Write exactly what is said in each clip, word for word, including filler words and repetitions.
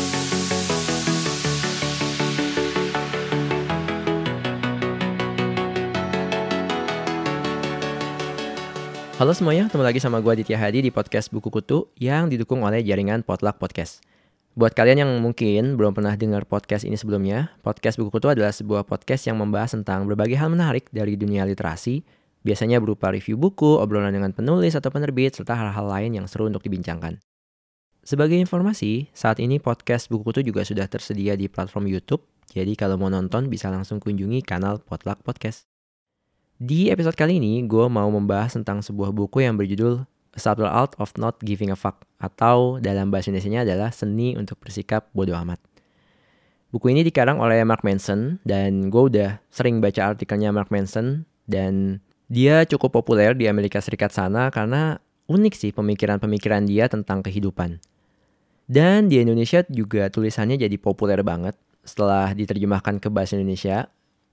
Halo semuanya, ketemu lagi sama gue Aditya Hadi di podcast Buku Kutu yang didukung oleh jaringan Potluck Podcast. Buat kalian yang mungkin belum pernah dengar podcast ini sebelumnya, podcast Buku Kutu adalah sebuah podcast yang membahas tentang berbagai hal menarik dari dunia literasi, biasanya berupa review buku, obrolan dengan penulis atau penerbit, serta hal-hal lain yang seru untuk dibincangkan. Sebagai informasi, saat ini podcast Buku Kutu juga sudah tersedia di platform YouTube, jadi kalau mau nonton bisa langsung kunjungi kanal Potluck Podcast. Di episode kali ini, gue mau membahas tentang sebuah buku yang berjudul A Subtle Art of Not Giving a Fuck, atau dalam bahasa Indonesianya adalah Seni untuk Bersikap Bodo Amat. Buku ini dikarang oleh Mark Manson, dan gue udah sering baca artikelnya Mark Manson, dan dia cukup populer di Amerika Serikat sana karena unik sih pemikiran-pemikiran dia tentang kehidupan. Dan di Indonesia juga tulisannya jadi populer banget setelah diterjemahkan ke bahasa Indonesia.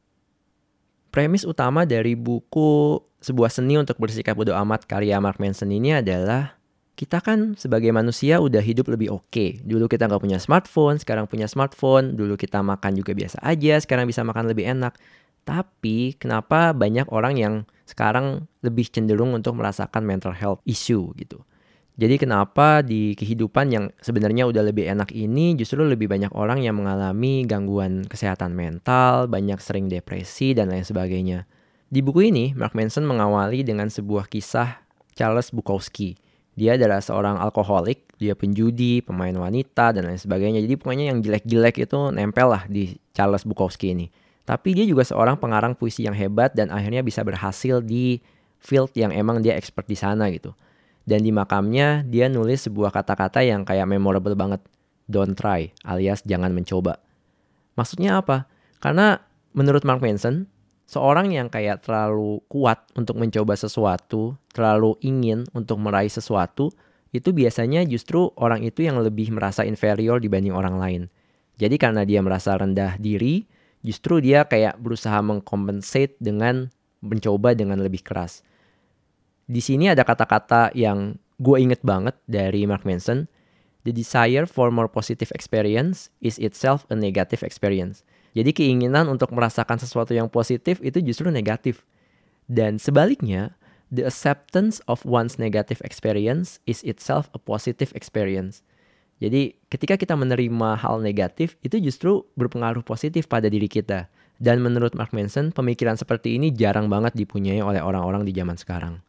Premis utama dari buku Sebuah Seni untuk Bersikap Bodo Amat karya Mark Manson ini adalah kita kan sebagai manusia udah hidup lebih oke. Dulu kita gak punya smartphone, sekarang punya smartphone. Dulu kita makan juga biasa aja, sekarang bisa makan lebih enak. Tapi kenapa banyak orang yang sekarang lebih cenderung untuk merasakan mental health issue gitu. Jadi kenapa di kehidupan yang sebenarnya udah lebih enak ini justru lebih banyak orang yang mengalami gangguan kesehatan mental, banyak sering depresi, dan lain sebagainya. Di buku ini, Mark Manson mengawali dengan sebuah kisah Charles Bukowski. Dia adalah seorang alkoholik, dia penjudi, pemain wanita, dan lain sebagainya. Jadi pokoknya yang jelek-jelek itu nempel lah di Charles Bukowski ini. Tapi dia juga seorang pengarang puisi yang hebat dan akhirnya bisa berhasil di field yang emang dia expert di sana gitu. Dan di makamnya dia nulis sebuah kata-kata yang kayak memorable banget. Don't try, alias jangan mencoba. Maksudnya apa? Karena menurut Mark Manson, seorang yang kayak terlalu kuat untuk mencoba sesuatu, terlalu ingin untuk meraih sesuatu, itu biasanya justru orang itu yang lebih merasa inferior dibanding orang lain. Jadi karena dia merasa rendah diri, justru dia kayak berusaha mengcompensate dengan mencoba dengan lebih keras. Di sini ada kata-kata yang gue inget banget dari Mark Manson. The desire for more positive experience is itself a negative experience. Jadi keinginan untuk merasakan sesuatu yang positif itu justru negatif. Dan sebaliknya, the acceptance of one's negative experience is itself a positive experience. Jadi ketika kita menerima hal negatif, itu justru berpengaruh positif pada diri kita. Dan menurut Mark Manson, pemikiran seperti ini jarang banget dipunyai oleh orang-orang di zaman sekarang.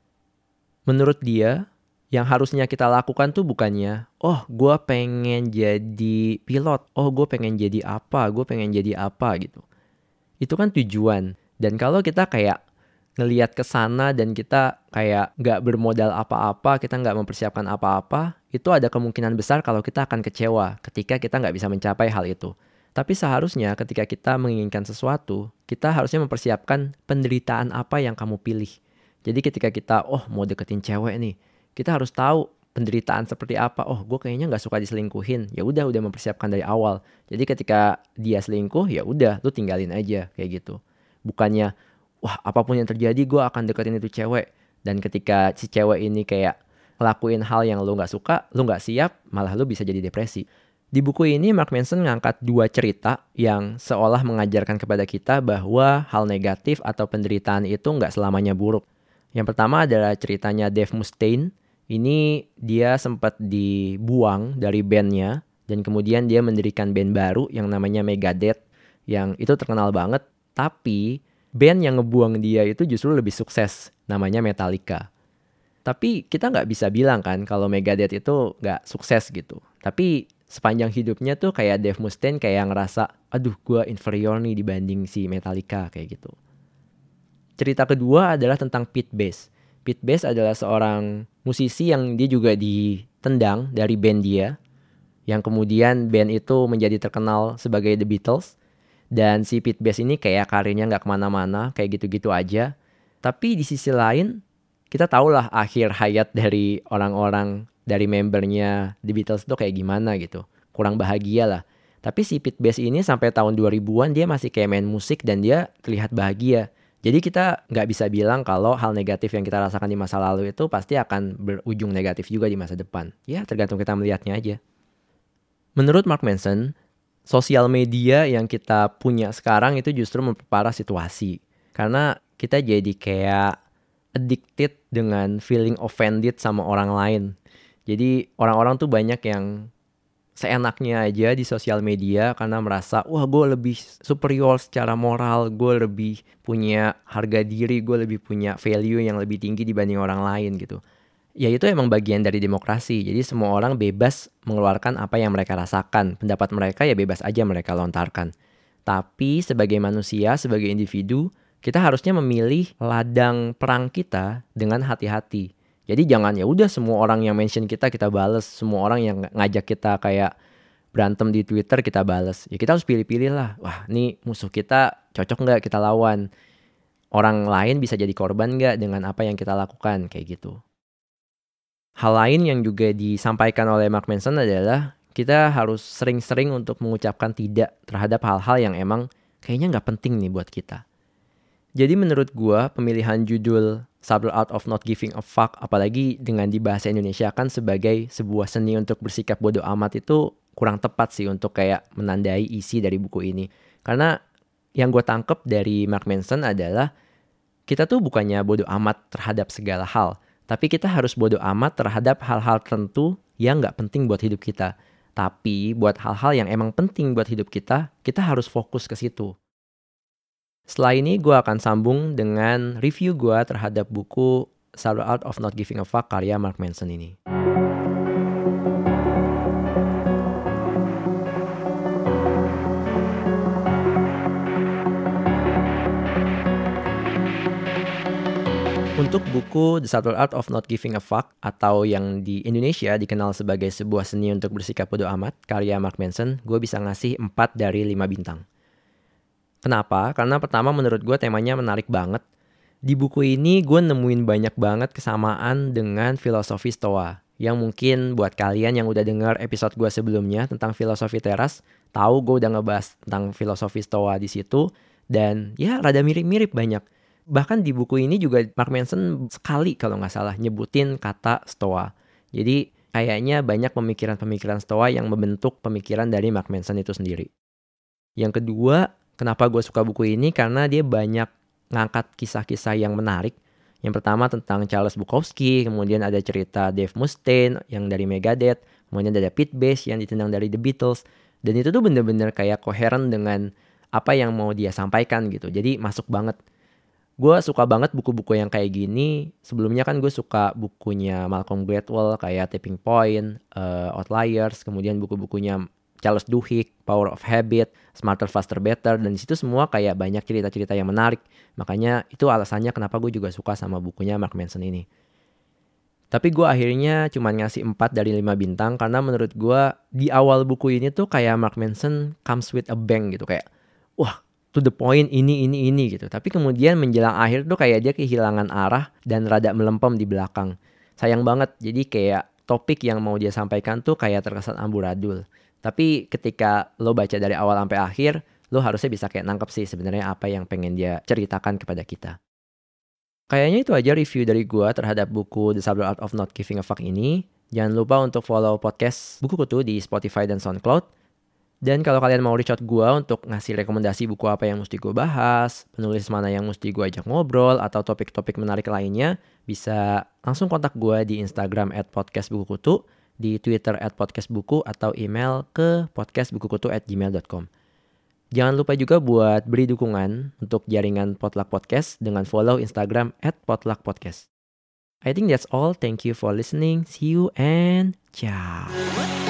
Menurut dia, yang harusnya kita lakukan tuh bukannya, oh gue pengen jadi pilot, oh gue pengen jadi apa, gue pengen jadi apa gitu. Itu kan tujuan. Dan kalau kita kayak ngelihat ke sana dan kita kayak gak bermodal apa-apa, kita gak mempersiapkan apa-apa, itu ada kemungkinan besar kalau kita akan kecewa ketika kita gak bisa mencapai hal itu. Tapi seharusnya ketika kita menginginkan sesuatu, kita harusnya mempersiapkan penderitaan apa yang kamu pilih. Jadi ketika kita, oh mau deketin cewek nih, kita harus tahu penderitaan seperti apa. Oh gue kayaknya gak suka diselingkuhin. Ya udah udah mempersiapkan dari awal. Jadi ketika dia selingkuh, ya udah lu tinggalin aja kayak gitu. Bukannya, wah apapun yang terjadi gue akan deketin itu cewek. Dan ketika si cewek ini kayak ngelakuin hal yang lu gak suka, lu gak siap, malah lu bisa jadi depresi. Di buku ini Mark Manson ngangkat dua cerita yang seolah mengajarkan kepada kita bahwa hal negatif atau penderitaan itu gak selamanya buruk. Yang pertama adalah ceritanya Dave Mustaine. Ini dia sempat dibuang dari bandnya dan kemudian dia mendirikan band baru yang namanya Megadeth yang itu terkenal banget. Tapi band yang ngebuang dia itu justru lebih sukses, namanya Metallica. Tapi kita nggak bisa bilang kan kalau Megadeth itu nggak sukses gitu. Tapi sepanjang hidupnya tuh kayak Dave Mustaine kayak ngerasa, aduh gue inferior nih dibanding si Metallica kayak gitu. Cerita kedua adalah tentang Pete Best. Pete Best adalah seorang musisi yang dia juga ditendang dari band dia. Yang kemudian band itu menjadi terkenal sebagai The Beatles. Dan si Pete Best ini kayak karirnya gak kemana-mana, kayak gitu-gitu aja. Tapi di sisi lain, kita tahulah akhir hayat dari orang-orang, dari membernya The Beatles itu kayak gimana gitu. Kurang bahagia lah. Tapi si Pete Best ini sampai tahun dua ribuan dia masih kayak main musik dan dia terlihat bahagia. Jadi kita nggak bisa bilang kalau hal negatif yang kita rasakan di masa lalu itu pasti akan berujung negatif juga di masa depan. Ya tergantung kita melihatnya aja. Menurut Mark Manson, sosial media yang kita punya sekarang itu justru memperparah situasi. Karena kita jadi kayak addicted dengan feeling offended sama orang lain. Jadi orang-orang tuh banyak yang seenaknya aja di sosial media karena merasa, wah gue lebih superior secara moral, gue lebih punya harga diri, gue lebih punya value yang lebih tinggi dibanding orang lain gitu. Ya itu emang bagian dari demokrasi, jadi semua orang bebas mengeluarkan apa yang mereka rasakan. Pendapat mereka ya bebas aja mereka lontarkan. Tapi sebagai manusia, sebagai individu, kita harusnya memilih ladang perang kita dengan hati-hati. Jadi jangan ya udah semua orang yang mention kita kita bales, semua orang yang ngajak kita kayak berantem di Twitter kita bales. Ya kita harus pilih-pilih lah. Wah, nih musuh kita cocok nggak kita lawan? Orang lain bisa jadi korban nggak dengan apa yang kita lakukan kayak gitu. Hal lain yang juga disampaikan oleh Mark Manson adalah kita harus sering-sering untuk mengucapkan tidak terhadap hal-hal yang emang kayaknya nggak penting nih buat kita. Jadi menurut gua pemilihan judul Subtle Art of Not Giving a Fuck, apalagi dengan di bahasa Indonesia kan sebagai sebuah seni untuk bersikap bodoh amat, itu kurang tepat sih untuk kayak menandai isi dari buku ini. Karena yang gue tangkep dari Mark Manson adalah kita tuh bukannya bodoh amat terhadap segala hal, tapi kita harus bodoh amat terhadap hal-hal tertentu yang gak penting buat hidup kita. Tapi buat hal-hal yang emang penting buat hidup kita, kita harus fokus ke situ. Setelah ini gue akan sambung dengan review gue terhadap buku Subtle Art of Not Giving a Fuck karya Mark Manson ini. Untuk buku The Subtle Art of Not Giving a Fuck, atau yang di Indonesia dikenal sebagai sebuah seni untuk bersikap bodo amat, karya Mark Manson, gue bisa ngasih empat dari lima bintang. Kenapa? Karena pertama menurut gue temanya menarik banget. Di buku ini gue nemuin banyak banget kesamaan dengan filosofi Stoa. Yang mungkin buat kalian yang udah dengar episode gue sebelumnya tentang filosofi teras, tahu gue udah ngebahas tentang filosofi Stoa di situ. Dan ya rada mirip-mirip banyak. Bahkan di buku ini juga Mark Manson sekali kalau nggak salah nyebutin kata Stoa. Jadi kayaknya banyak pemikiran-pemikiran Stoa yang membentuk pemikiran dari Mark Manson itu sendiri. Yang kedua, kenapa gue suka buku ini? Karena dia banyak ngangkat kisah-kisah yang menarik. Yang pertama tentang Charles Bukowski, kemudian ada cerita Dave Mustaine yang dari Megadeth, kemudian ada Pete Best yang ditendang dari The Beatles. Dan itu tuh bener-bener kayak koheren dengan apa yang mau dia sampaikan gitu. Jadi masuk banget. Gue suka banget buku-buku yang kayak gini. Sebelumnya kan gue suka bukunya Malcolm Gladwell kayak Tipping Point, uh, Outliers, kemudian buku-bukunya Charles Duhigg, Power of Habit, Smarter, Faster, Better, dan di situ semua kayak banyak cerita-cerita yang menarik. Makanya itu alasannya kenapa gue juga suka sama bukunya Mark Manson ini. Tapi gue akhirnya cuma ngasih empat dari lima bintang karena menurut gue di awal buku ini tuh kayak Mark Manson comes with a bang gitu, kayak wah to the point ini ini ini gitu. Tapi kemudian menjelang akhir tuh kayak dia kehilangan arah dan rada melempem di belakang. Sayang banget. Jadi kayak topik yang mau dia sampaikan tuh kayak terkesan amburadul. Tapi ketika lo baca dari awal sampai akhir, lo harusnya bisa kayak nangkep sih sebenarnya apa yang pengen dia ceritakan kepada kita. Kayaknya itu aja review dari gua terhadap buku The Subtle Art of Not Giving a Fuck ini. Jangan lupa untuk follow podcast Buku Kutu di Spotify dan SoundCloud. Dan kalau kalian mau reach out gue untuk ngasih rekomendasi buku apa yang mesti gue bahas, penulis mana yang mesti gue ajak ngobrol, atau topik-topik menarik lainnya, bisa langsung kontak gue di Instagram at podcastbukukutu, di Twitter at podcastbuku, atau email ke podcastbukukutu at gmail dot com. Jangan lupa juga buat beri dukungan untuk jaringan Potluck Podcast dengan follow Instagram at potluck podcast. I think that's all. Thank you for listening. See you and ciao.